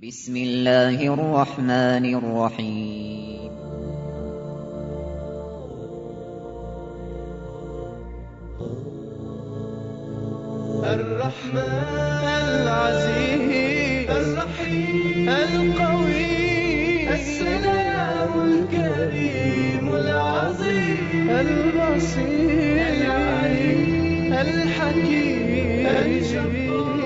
بسم الله الرحمن الرحيم. الرحمن العزيز الرحيم القوي السلام الكريم العظيم البصير العليم الحكيم الجبار.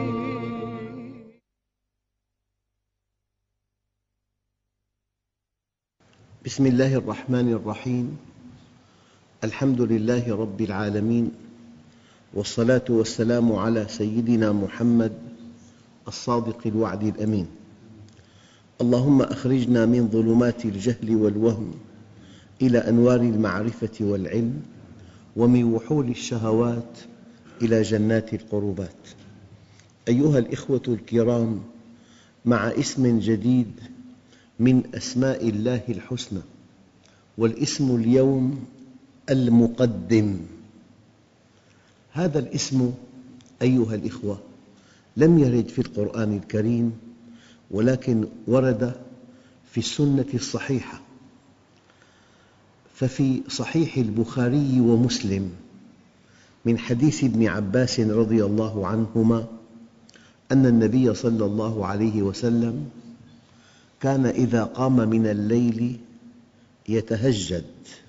بسم الله الرحمن الرحيم. الحمد لله رب العالمين، والصلاة والسلام على سيدنا محمد الصادق الوعد الأمين. اللهم أخرجنا من ظلمات الجهل والوهم إلى أنوار المعرفة والعلم، ومن وحول الشهوات إلى جنات القربات. أيها الإخوة الكرام، مع اسم جديد من أسماء الله الحسنى، والاسم اليوم المقدم. هذا الاسم أيها الإخوة لم يرد في القرآن الكريم، ولكن ورد في السنة الصحيحة. ففي صحيح البخاري ومسلم من حديث ابن عباس رضي الله عنهما أن النبي صلى الله عليه وسلم كان إذا قام من الليل يتهجد: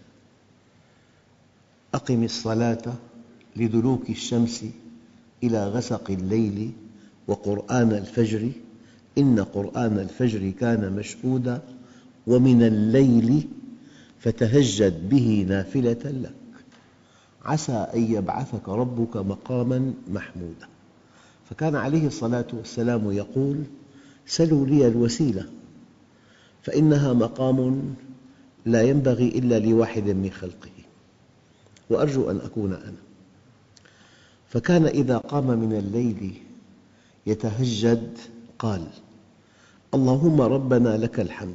أقم الصلاة لدلوك الشمس إلى غسق الليل وقرآن الفجر إن قرآن الفجر كان مشهودا ومن الليل فتهجد به نافلة لك عسى أن يبعثك ربك مقاما محمودا. فكان عليه الصلاة والسلام يقول: سلوا لي الوسيلة فإنها مقام لا ينبغي إلا لواحد من خلقه، وأرجو أن أكون أنا. فكان إذا قام من الليل يتهجد قال: اللهم ربنا لك الحمد،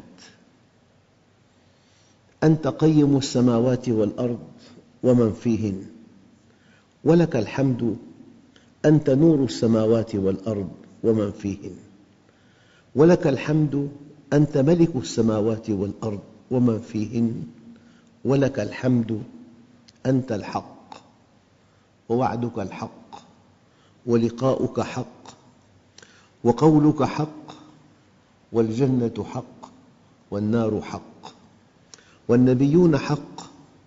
أنت قيم السماوات والأرض ومن فيهن، ولك الحمد أنت نور السماوات والأرض ومن فيهن، ولك الحمد أنت ملك السماوات والأرض ومن فيهن، ولك الحمد أنت الحق، ووعدك الحق، ولقاؤك حق، وقولك حق، والجنة حق، والنار حق، والنبيون حق،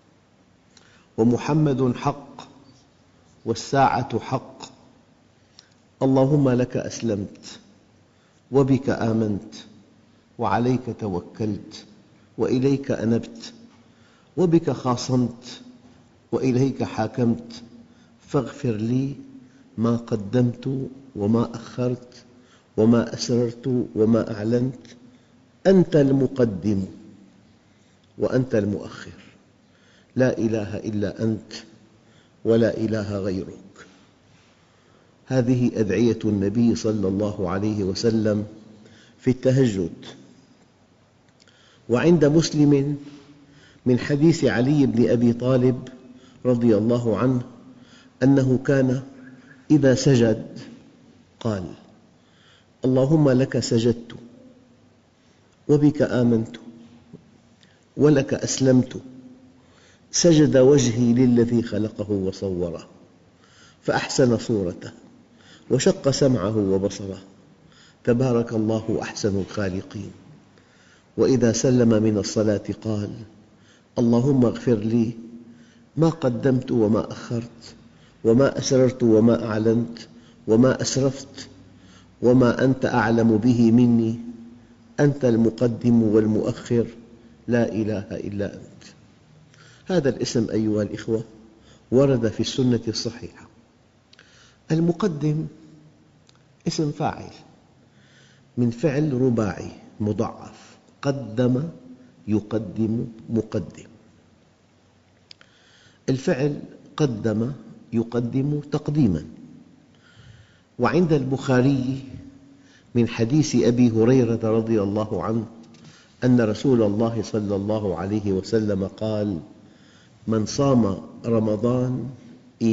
ومحمد حق، والساعة حق. اللهم لك أسلمت، وبك آمنت، وعليك توكلت، وإليك أنبت، وبك خاصمت، وإليك حاكمت، فاغفر لي ما قدمت وما أخرت وما أسررت وما أعلنت. أنت المقدم وأنت المؤخر، لا إله إلا أنت ولا إله غيرك. هذه أدعية النبي صلى الله عليه وسلم في التهجد. وعند مسلم من حديث علي بن أبي طالب رضي الله عنه أنه كان إذا سجد قال: اللهم لك سجدت، وبك آمنت، ولك أسلمت. سجد وجهي للذي خلقه وصوره فأحسن صورته وشق سمعه وبصره، تبارك الله أحسن الخالقين. وإذا سلم من الصلاة قال: اللهم اغفر لي ما قدمت وما أخرت وما أسررت وما أعلنت وما أسرفت وما أنت أعلم به مني. أنت المقدم والمؤخر، لا إله إلا أنت. هذا الاسم أيها الإخوة ورد في السنة الصحيحة. المقدم اسم فاعل من فعل رباعي مضاعف: قدم يقدم مقدم. الفعل قدم يقدم تقديماً. وعند البخاري من حديث أبي هريرة رضي الله عنه أن رسول الله صلى الله عليه وسلم قال: من صام رمضان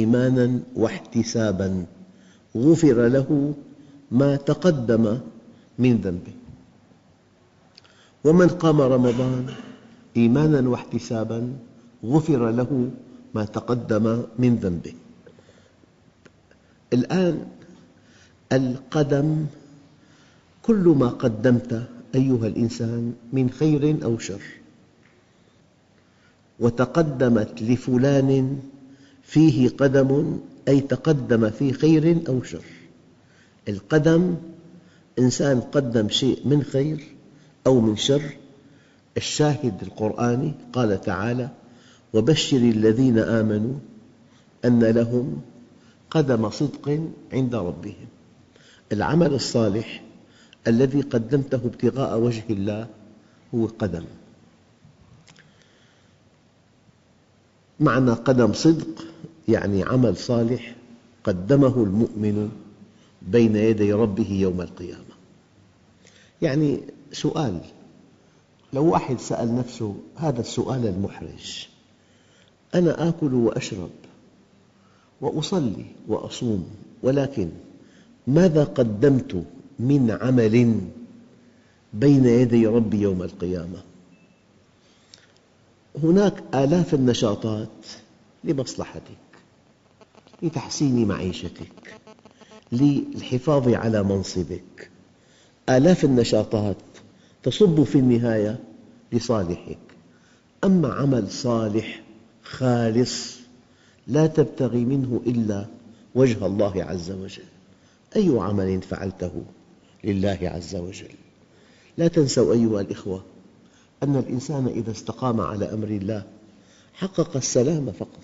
إيماناً واحتساباً غفر له ما تقدم من ذنبه. ومن قام رمضان إيمانا واحتسابا غفر له ما تقدم من ذنبه. الآن القدم كل ما قدمت أيها الإنسان من خير أو شر، وتقدمت لفلان فيه قدم، أي تقدم في خير أو شر. القدم إنسان قدم شيء من خير أو من شر. الشاهد القرآني قال تعالى: وبشر الذين آمنوا أن لهم قدم صدق عند ربهم. العمل الصالح الذي قدمته ابتغاء وجه الله هو قدم. معنى قدم صدق يعني عمل صالح قدمه المؤمن بين يدي ربه يوم القيامة. يعني سؤال، لو واحد سأل نفسه هذا السؤال المحرج: أنا آكل وأشرب وأصلي وأصوم، ولكن ماذا قدمت من عمل بين يدي ربي يوم القيامة؟ هناك آلاف النشاطات لمصلحتك، لتحسين معيشتك، للحفاظ على منصبك. آلاف النشاطات تصب في النهاية لصالحك. أما عمل صالح خالص لا تبتغي منه إلا وجه الله عز وجل، أي عمل فعلته لله عز وجل. لا تنسوا أيها الإخوة أن الإنسان إذا استقام على أمر الله حقق السلام فقط.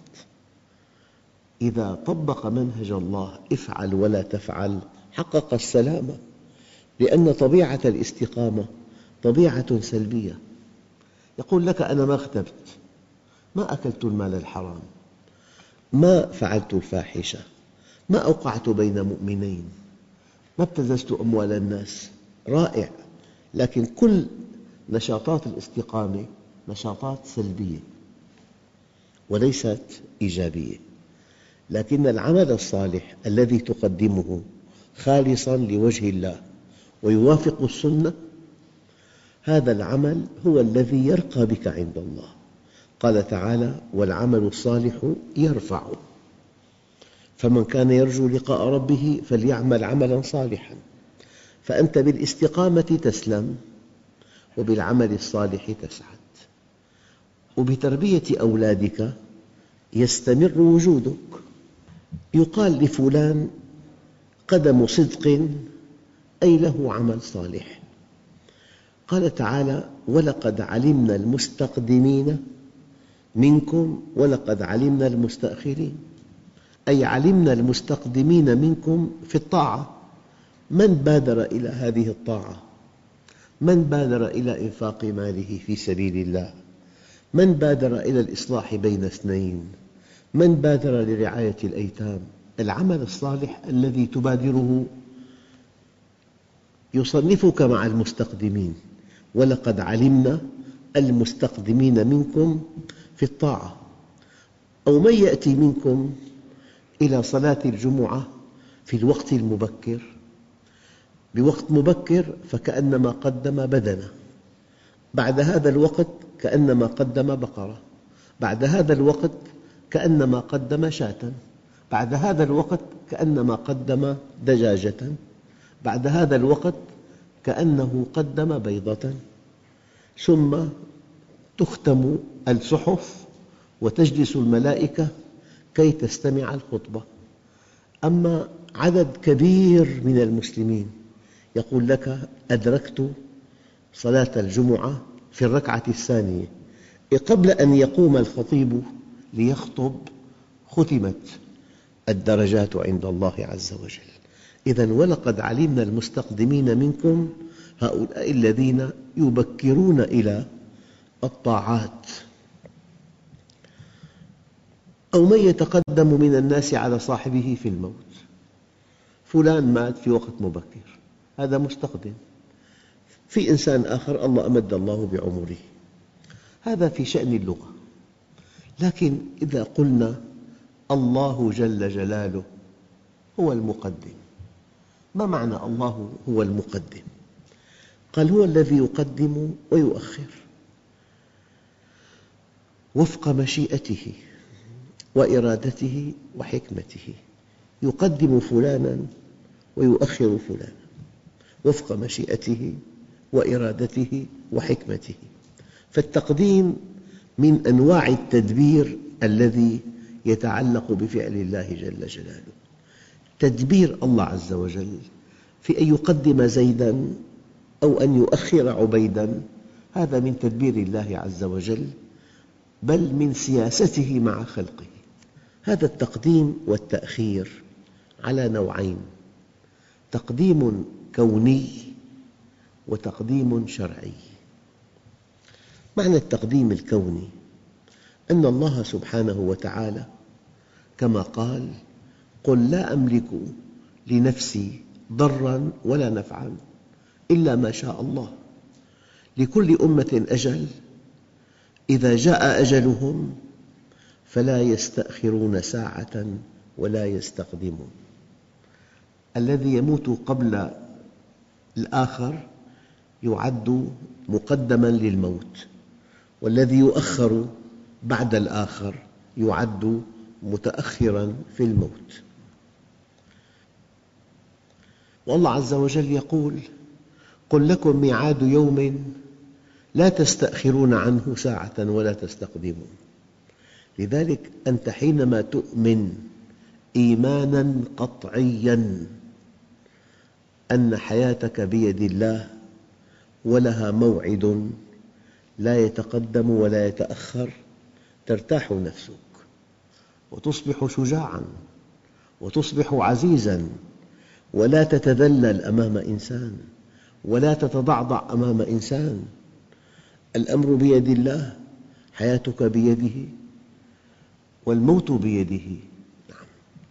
إذا طبق منهج الله افعل ولا تفعل حقق السلام، لأن طبيعة الاستقامة طبيعة سلبية. يقول لك: أنا ما اغتبت، ما أكلت المال الحرام، ما فعلت الفاحشة، ما أوقعت بين مؤمنين، ما ابتززت أموال الناس. رائع، لكن كل نشاطات الاستقامة نشاطات سلبية وليست إيجابية. لكن العمل الصالح الذي تقدمه خالصاً لوجه الله ويوافق السنة، هذا العمل هو الذي يرقى بك عند الله. قال تعالى: والعمل الصالح يرفعه. فمن كان يرجو لقاء ربه فليعمل عملاً صالحاً. فأنت بالاستقامة تسلم، وبالعمل الصالح تسعد، وبتربية أولادك يستمر وجودك. يقال لفلان قدم صدق، أي له عمل صالح. قال تعالى: ولقد علمنا المستقدمين منكم ولقد علمنا المستأخرين، أي علمنا المستقدمين منكم في الطاعة. من بادر إلى هذه الطاعة؟ من بادر إلى إنفاق ماله في سبيل الله؟ من بادر إلى الإصلاح بين اثنين؟ من بادر لرعاية الأيتام؟ العمل الصالح الذي تبادره يصنفك مع المستقدمين. ولقد علمنا المستقدمين منكم في الطاعة. أو من يأتي منكم إلى صلاة الجمعة في الوقت المبكر، بوقت مبكر فكأنما قدم بدنة، بعد هذا الوقت كأنما قدم بقرة، بعد هذا الوقت كأنما قدم شاة، بعد هذا الوقت كأنما قدم دجاجة، بعد هذا الوقت كأنه قدم بيضة. ثم تختم الصحف وتجلس الملائكة كي تستمع الخطبة. أما عدد كبير من المسلمين يقول لك: أدركت صلاة الجمعة في الركعة الثانية، قبل أن يقوم الخطيب ليخطب ختمت الدرجات عند الله عز وجل. إذن ولقد علمنا المستقدمين منكم، هؤلاء الذين يبكرون إلى الطاعات. أو من يتقدم من الناس على صاحبه في الموت. فلان مات في وقت مبكر، هذا مستقدم. في إنسان آخر الله أمد الله بعمره، هذا في شأن اللغة. لكن إذا قلنا الله جل جلاله هو المقدم، ما معنى الله هو المقدم؟ قال هو الذي يقدم ويؤخر وفق مشيئته وإرادته وحكمته، يقدم فلانا ويؤخر فلانا وفق مشيئته وإرادته وحكمته. فالتقديم من أنواع التدبير الذي يتعلق بفعل الله جل جلاله. تدبير الله عز وجل في أن يقدم زيداً أو أن يؤخر عبيداً، هذا من تدبير الله عز وجل، بل من سياسته مع خلقه. هذا التقديم والتأخير على نوعين: تقديم كوني وتقديم شرعي. معنى التقديم الكوني أن الله سبحانه وتعالى كما قال: قل لا أملك لنفسي ضراً ولا نفعاً إلا ما شاء الله، لكل أمة أجل، إذا جاء أجلهم فلا يستأخرون ساعة ولا يستقدمون. الذي يموت قبل الآخر يعد مقدماً للموت، والذي يؤخر بعد الآخر يعد متأخراً في الموت. والله عز وجل يقول: قل لكم ميعاد يوم لا تستأخرون عنه ساعة ولا تستقدمون. لذلك أنت حينما تؤمن إيماناً قطعياً أن حياتك بيد الله ولها موعد لا يتقدم ولا يتأخر، ترتاح نفسك وتصبح شجاعاً وتصبح عزيزاً، ولا تتذلل أمام إنسان ولا تتضعضع أمام إنسان. الأمر بيد الله، حياتك بيده والموت بيده. نعم.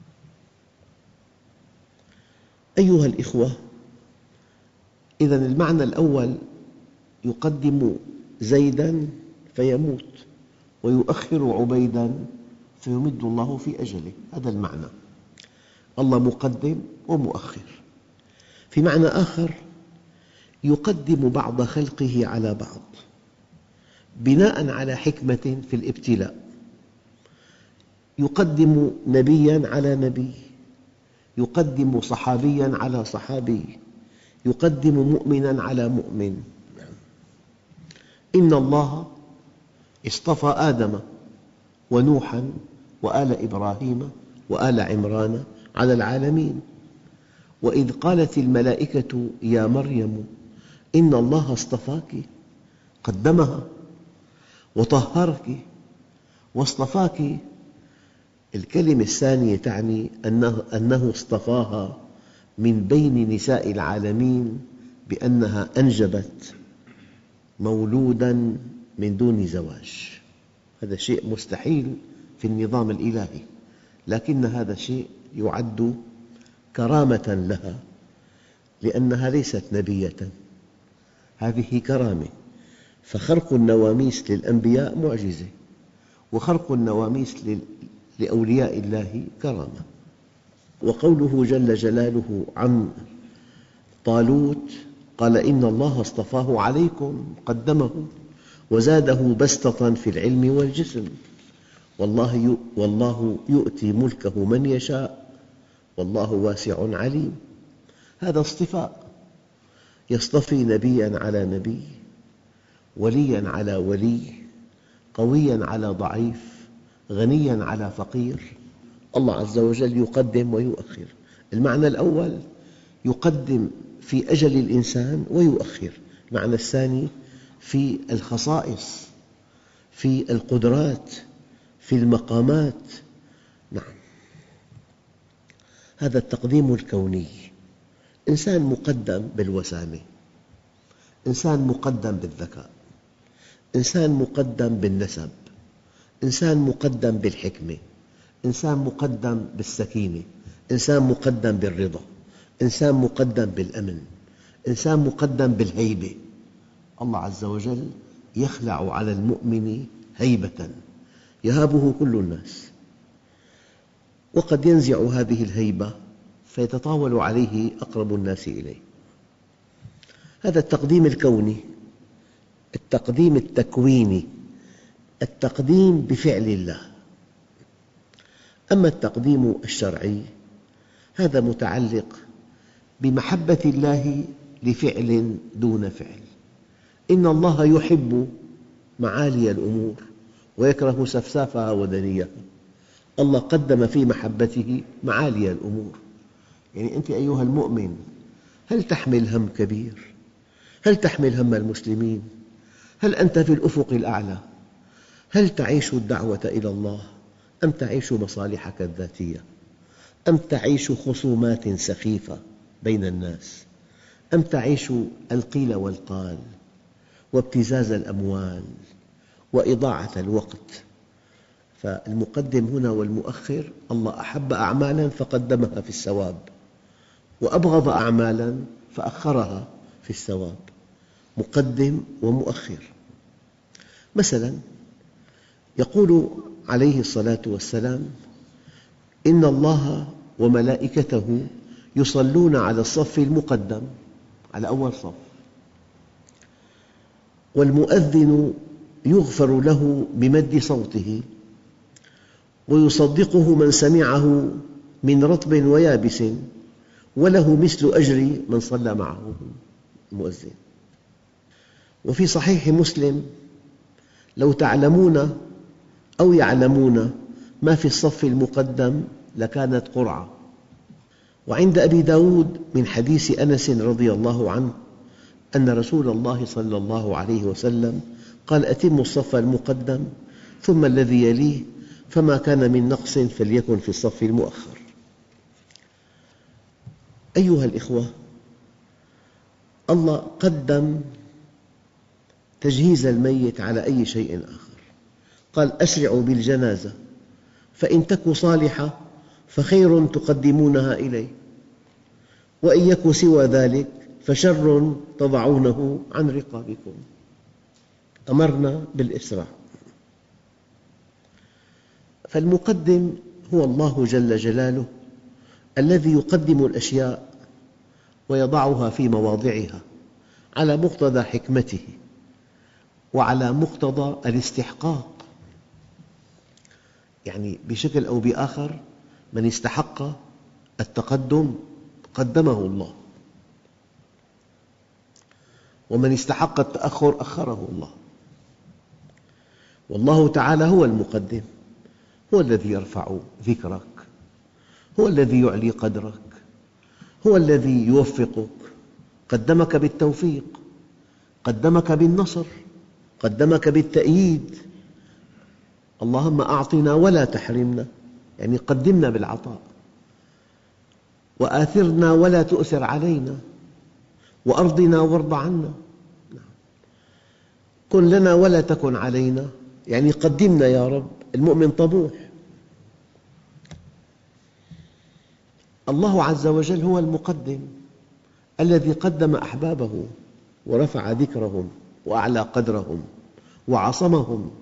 أيها الإخوة، إذن المعنى الأول يقدم زيداً فيموت ويؤخر عبيداً فيمد الله في أجله، هذا المعنى. الله مقدم ومؤخر. في معنى آخر يقدم بعض خلقه على بعض بناءً على حكمة في الابتلاء، يقدم نبياً على نبي، يقدم صحابياً على صحابي، يقدم مؤمناً على مؤمن. إن الله اصطفى آدم ونوحاً وآل إبراهيم وآل عمران على العالمين، وإذ قالت الملائكة يا مريم إن الله اصطفاك، قدمها وطهرك واصطفاك. الكلمة الثانية تعني أنه اصطفاها من بين نساء العالمين بأنها أنجبت مولوداً من دون زواج. هذا شيء مستحيل في النظام الإلهي، لكن هذا شيء يعد كرامة لها، لأنها ليست نبية، هذه كرامة. فخرق النواميس للأنبياء معجزة، وخرق النواميس لأولياء الله كرامة. وقوله جل جلاله عن طالوت قال إن الله اصطفاه عليكم، قدمه وزاده بسطة في العلم والجسم، والله يؤتي ملكه من يشاء والله واسع عليم. هذا اصطفاء، يصطفي نبياً على نبي، ولياً على ولي، قوياً على ضعيف، غنياً على فقير. الله عز وجل يقدم ويؤخر. المعنى الأول يقدم في أجل الإنسان ويؤخر. المعنى الثاني في الخصائص، في القدرات، في المقامات. نعم، هذا التقديم الكوني. إنسان مقدم بالوسامة، إنسان مقدم بالذكاء، إنسان مقدم بالنسب، إنسان مقدم بالحكمة، إنسان مقدم بالسكينة، إنسان مقدم بالرضا، إنسان مقدم بالأمن، إنسان مقدم بالهيبة. الله عز وجل يخلع على المؤمن هيبة يهابه كل الناس، وقد ينزع هذه الهيبة فيتطاول عليه أقرب الناس إليه. هذا التقديم الكوني، التقديم التكويني، التقديم بفعل الله. أما التقديم الشرعي هذا متعلق بمحبة الله لفعل دون فعل. إن الله يحب معالي الأمور ويكره سفسافها ودنيها. الله قدم في محبته معالي الأمور. يعني أنت أيها المؤمن هل تحمل هم كبير؟ هل تحمل هم المسلمين؟ هل أنت في الأفق الأعلى؟ هل تعيش الدعوة إلى الله أم تعيش مصالحك الذاتية؟ أم تعيش خصومات سخيفة بين الناس؟ أم تعيش القيل والقال وابتزاز الأموال وإضاعة الوقت؟ فالمقدم هنا والمؤخر، الله أحب أعمالا فقدمها في الثواب، وأبغض أعمالا فأخرها في الثواب. مقدم ومؤخر. مثلا يقول عليه الصلاة والسلام: إن الله وملائكته يصلون على الصف المقدم، على أول صف، والمؤذن يغفر له بمد صوته ويصدقه من سمعه من رطب ويابس، وله مثل أجر من صلى معه المؤذن. وفي صحيح مسلم: لو تعلمون أو يعلمون ما في الصف المقدم لكانت قرعة. وعند أبي داود من حديث أنس رضي الله عنه أن رسول الله صلى الله عليه وسلم قال: أتموا الصف المقدم ثم الذي يليه، فما كان من نقص فليكن في الصف المؤخر. أيها الإخوة، الله قدم تجهيز الميت على أي شيء آخر. قال: أسرعوا بالجنازة فإن تك صالحة فخير تقدمونها إليه، وإن يك سوى ذلك فشر تضعونه عن رقابكم. أمرنا بالإسراع. فالمقدم هو الله جل جلاله الذي يقدم الأشياء ويضعها في مواضعها على مقتضى حكمته وعلى مقتضى الاستحقاق. يعني بشكل أو بآخر من استحق التقدم قدمه الله، ومن استحق التأخر أخره الله. والله تعالى هو المقدم، هو الذي يرفع ذكرك، هو الذي يعلي قدرك، هو الذي يوفقك. قدمك بالتوفيق، قدمك بالنصر، قدمك بالتأييد. اللهم أعطنا ولا تحرمنا، يعني قدمنا بالعطاء. وآثرنا ولا تؤثر علينا، وأرضنا وارض عنا. كن لنا ولا تكن علينا، يعني قدمنا يا رب. المؤمن طموح. الله عز وجل هو المقدم الذي قدم أحبابه ورفع ذكرهم وأعلى قدرهم وعصمهم،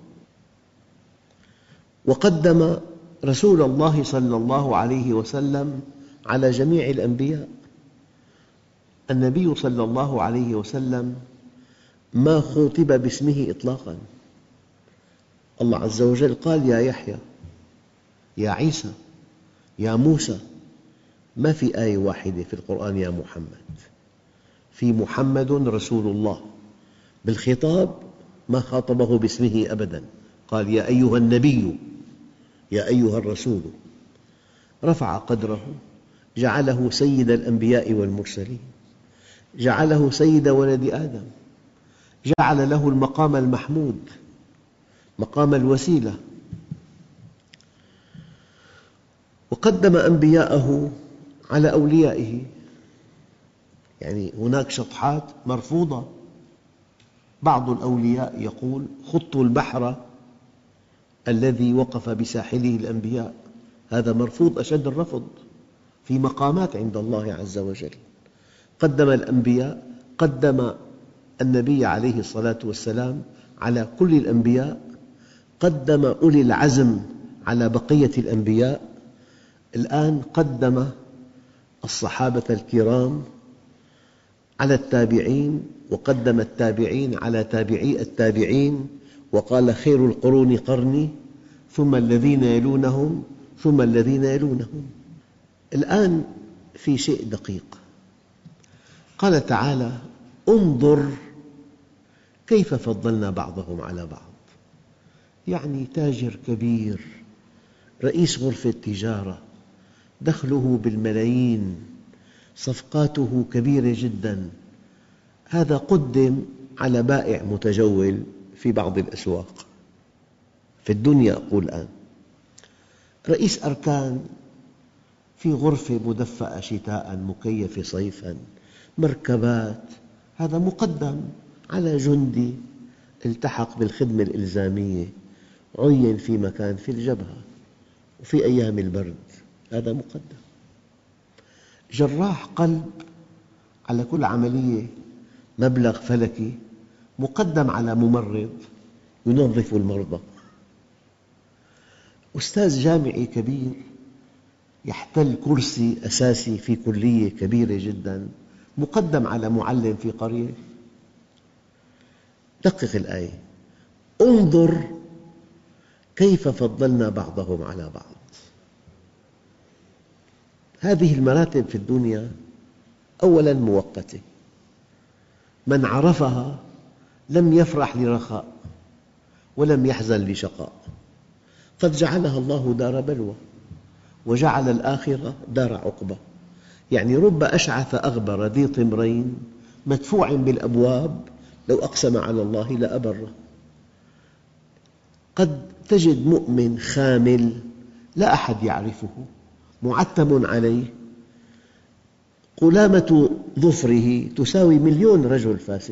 وقدم رسول الله صلى الله عليه وسلم على جميع الأنبياء. النبي صلى الله عليه وسلم ما خوطب باسمه إطلاقاً. الله عز وجل قال: يا يحيى، يا عيسى، يا موسى. ما في آية واحدة في القرآن يا محمد. في محمد رسول الله. بالخطاب ما خاطبه باسمه أبداً، قال: يا أيها النبي، يا أيها الرسول. رفع قدره، جعله سيد الأنبياء والمرسلين، جعله سيد ولد آدم، جعل له المقام المحمود، مقام الوسيلة. وقدم أنبياءه على أوليائه. يعني هناك شطحات مرفوضة. بعض الأولياء يقول: خضت البحر الذي وقف بساحله الأنبياء. هذا مرفوض أشد الرفض في مقامات عند الله عز وجل. قدم الأنبياء، قدم النبي عليه الصلاة والسلام على كل الأنبياء، قدم أولي العزم على بقية الأنبياء. الآن قدم الصحابة الكرام على التابعين، وقدم التابعين على تابعي التابعين، وقال: خير القرون قرني ثم الذين يلونهم ثم الذين يلونهم. الآن في شيء دقيق، قال تعالى: انظر كيف فضلنا بعضهم على بعض. يعني تاجر كبير، رئيس غرفة تجارة، دخله بالملايين، صفقاته كبيرة جداً، هذا قدم على بائع متجول في بعض الأسواق في الدنيا. أقول الآن رئيس أركان في غرفة مدفأة شتاءً مكيفة صيفاً، مركبات، هذا مقدم على جندي التحق بالخدمة الإلزامية، عُيِّن في مكان في الجبهة وفي أيام البرد، هذا مقدم. جراح قلب على كل عملية مبلغ فلكي، مقدم على ممرض ينظف المرضى. أستاذ جامعي كبير يحتل كرسي أساسي في كلية كبيرة جداً، مقدم على معلم في قرية. دقق الآية: انظر كيف فضلنا بعضهم على بعض. هذه المراتب في الدنيا أولاً مؤقتة، من عرفها لم يفرح لرخاء ولم يحزن لشقاء. قد جعلها الله دار بلوى وجعل الآخرة دار عقبة. يعني رب أشعث أغبر ذي طمرين مدفوع بالأبواب لو أقسم على الله لأبره. قد تجد مؤمن خامل لا أحد يعرفه، معتم عليه، قلامة ظفره تساوي 1,000,000 رجل فاسق.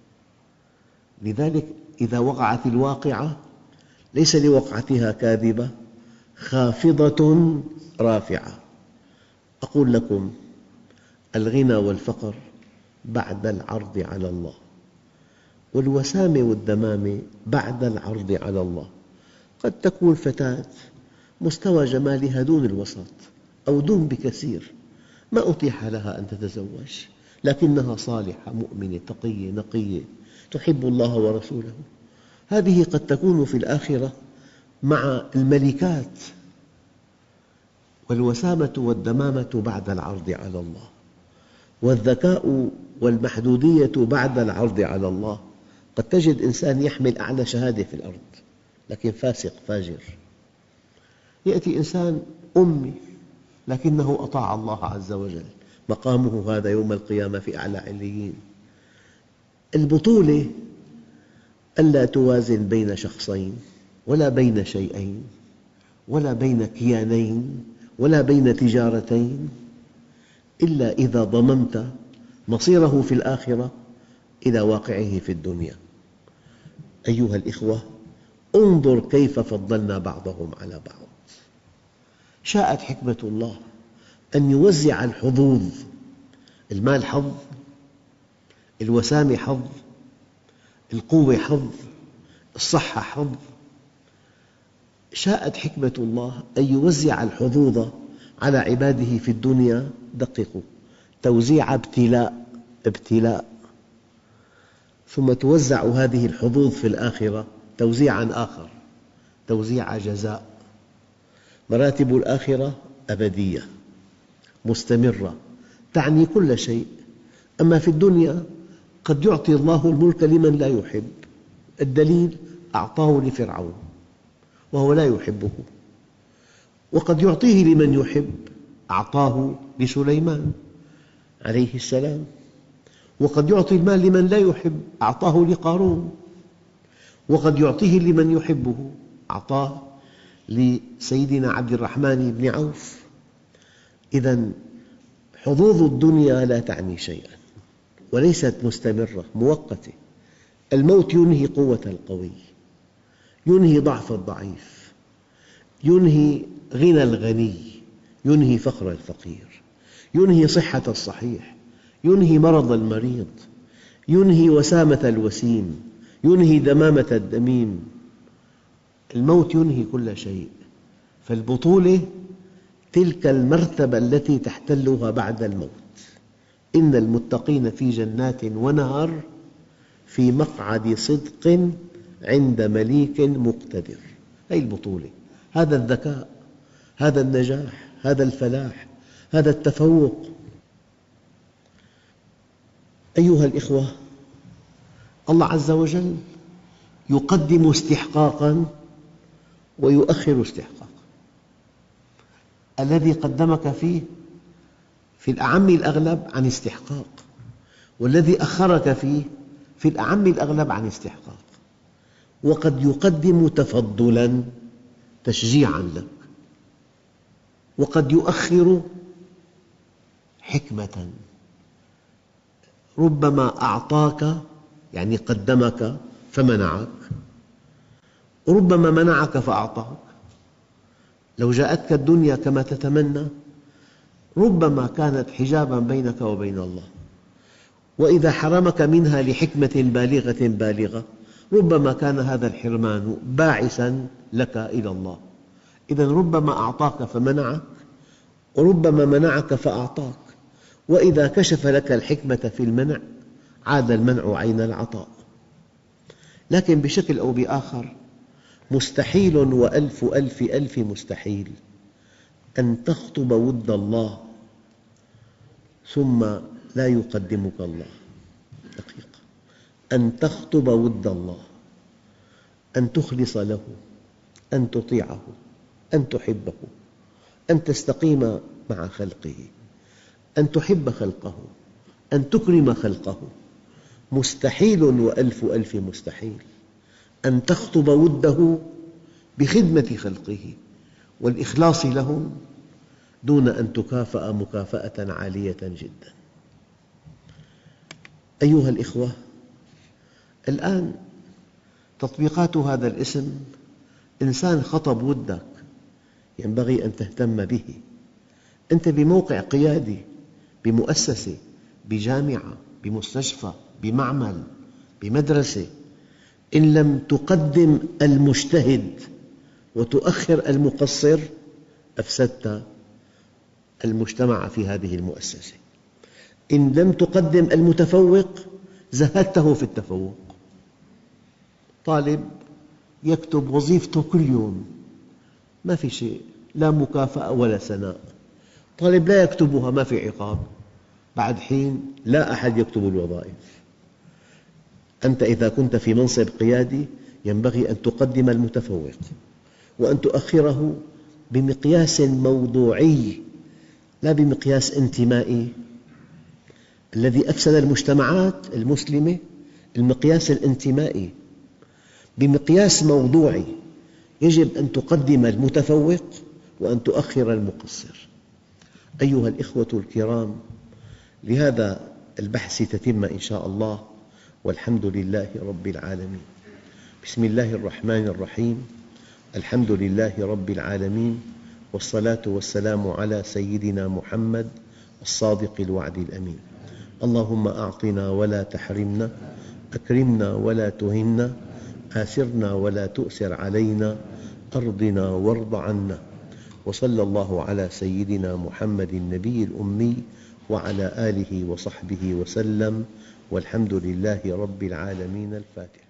لذلك إذا وقعت الواقعة ليس لوقعتها كاذبة، خافضة رافعة. أقول لكم: الغنى والفقر بعد العرض على الله، والوسامة والدمامة بعد العرض على الله. قد تكون فتاة مستوى جمالها دون الوسط أو دون بكثير، ما أتيح لها أن تتزوج، لكنها صالحة مؤمنة تقية نقية تحب الله ورسوله. هذه قد تكون في الآخرة مع الملكات. والوسامة والدمامة بعد العرض على الله، والذكاء والمحدودية بعد العرض على الله. قد تجد إنسان يحمل أعلى شهادة في الأرض لكن فاسق فاجر. يأتي إنسان أمي لكنه أطاع الله عز وجل، مقامه هذا يوم القيامة في أعلى عليين. البطولة ألا توازن بين شخصين ولا بين شيئين ولا بين كيانين ولا بين تجارتين، إلا إذا ضممت مصيره في الآخرة إلى واقعه في الدنيا. أيها الإخوة، انظر كيف فضلنا بعضهم على بعض. شاءت حكمة الله أن يوزع الحظوظ، المال حظ، الوسامة حظ، القوة حظ، الصحة حظ. شاءت حكمة الله أن يوزع الحظوظ على عباده في الدنيا. دققوا: توزيع ابتلاء، ثم توزع هذه الحظوظ في الآخرة توزيعاً آخر، توزيع جزاء. مراتب الآخرة أبدية مستمرة، تعني كل شيء. أما في الدنيا قد يعطي الله الملك لمن لا يحب. الدليل: أعطاه لفرعون وهو لا يحبه، وقد يعطيه لمن يحب، أعطاه لسليمان عليه السلام، وقد يعطي المال لمن لا يحب، أعطاه لقارون، وقد يعطيه لمن يحبه، أعطاه لسيدنا عبد الرحمن بن عوف. إذن حظوظ الدنيا لا تعني شيئاً وليست مستمرة، مؤقتة. الموت ينهي قوة القوي، ينهي ضعف الضعيف، ينهي غنى الغني، ينهي فقر الفقير، ينهي صحة الصحيح، ينهي مرض المريض، ينهي وسامة الوسيم، ينهي دمامة الدميم. الموت ينهي كل شيء. فالبطولة تلك المرتبة التي تحتلها بعد الموت، إن المتقين في جنات ونهر في مقعد صدق عند مليك مقتدر. هذه البطولة، هذا الذكاء، هذا النجاح، هذا الفلاح، هذا التفوق. أيها الإخوة، الله عز وجل يقدم استحقاقاً ويؤخر استحقاقاً. الذي قدمك فيه في الأعم الأغلب عن استحقاق، والذي أخرك فيه في الأعم الأغلب عن استحقاق. وقد يقدم تفضلاً تشجيعاً لك، وقد يؤخر حكمة. ربما أعطاك يعني قدمك فمنعك، وربما منعك فأعطاك. لو جاءتك الدنيا كما تتمنى ربما كانت حجاباً بينك وبين الله، وإذا حرمك منها لحكمة بالغة ربما كان هذا الحرمان باعثاً لك إلى الله. إذن ربما أعطاك فمنعك، وربما منعك فأعطاك، وإذا كشف لك الحكمة في المنع عاد المنع عين العطاء. لكن بشكل أو بآخر مستحيل وألف ألف ألف مستحيل أن تخطب ود الله ثم لا يقدمك الله. دقيقة، أن تخطب ود الله، أن تخلص له، أن تطيعه، أن تحبه، أن تستقيم مع خلقه، أن تحب خلقه، أن تكرم خلقه. مستحيل وألف ألف مستحيل أن تخطب وده بخدمة خلقه والإخلاص لهم دون أن تكافأ مكافأة عالية جدا. أيها الإخوة، الآن تطبيقات هذا الاسم: إنسان خطب ودك ينبغي أن تهتم به. أنت بموقع قيادي، بمؤسسة، بجامعة، بمستشفى، بمعمل، بمدرسة، إن لم تقدم المجتهد وتؤخر المقصر أفسدت المجتمع في هذه المؤسسة. إن لم تقدم المتفوق زهدته في التفوق. طالب يكتب وظيفته كل يوم ما في شيء، لا مكافأة ولا ثناء. طالب لا يكتبها ما في عقاب. بعد حين لا أحد يكتب الوظائف. أنت إذا كنت في منصب قيادي ينبغي أن تقدم المتفوق وأن تؤخره بمقياس موضوعي لا بمقياس انتمائي. الذي أفسد المجتمعات المسلمة المقياس الانتمائي. بمقياس موضوعي يجب أن تقدم المتفوق وأن تؤخر المقصر. أيها الإخوة الكرام، لهذا البحث تتم إن شاء الله، والحمد لله رب العالمين. بسم الله الرحمن الرحيم. الحمد لله رب العالمين، والصلاة والسلام على سيدنا محمد الصادق الوعد الأمين. اللهم أعطنا ولا تحرمنا، أكرمنا ولا تهنا، آثرنا ولا تؤثر علينا، أرضنا وارض عنا. وصلى الله على سيدنا محمد النبي الأمي وعلى آله وصحبه وسلم، والحمد لله رب العالمين. الفاتحة.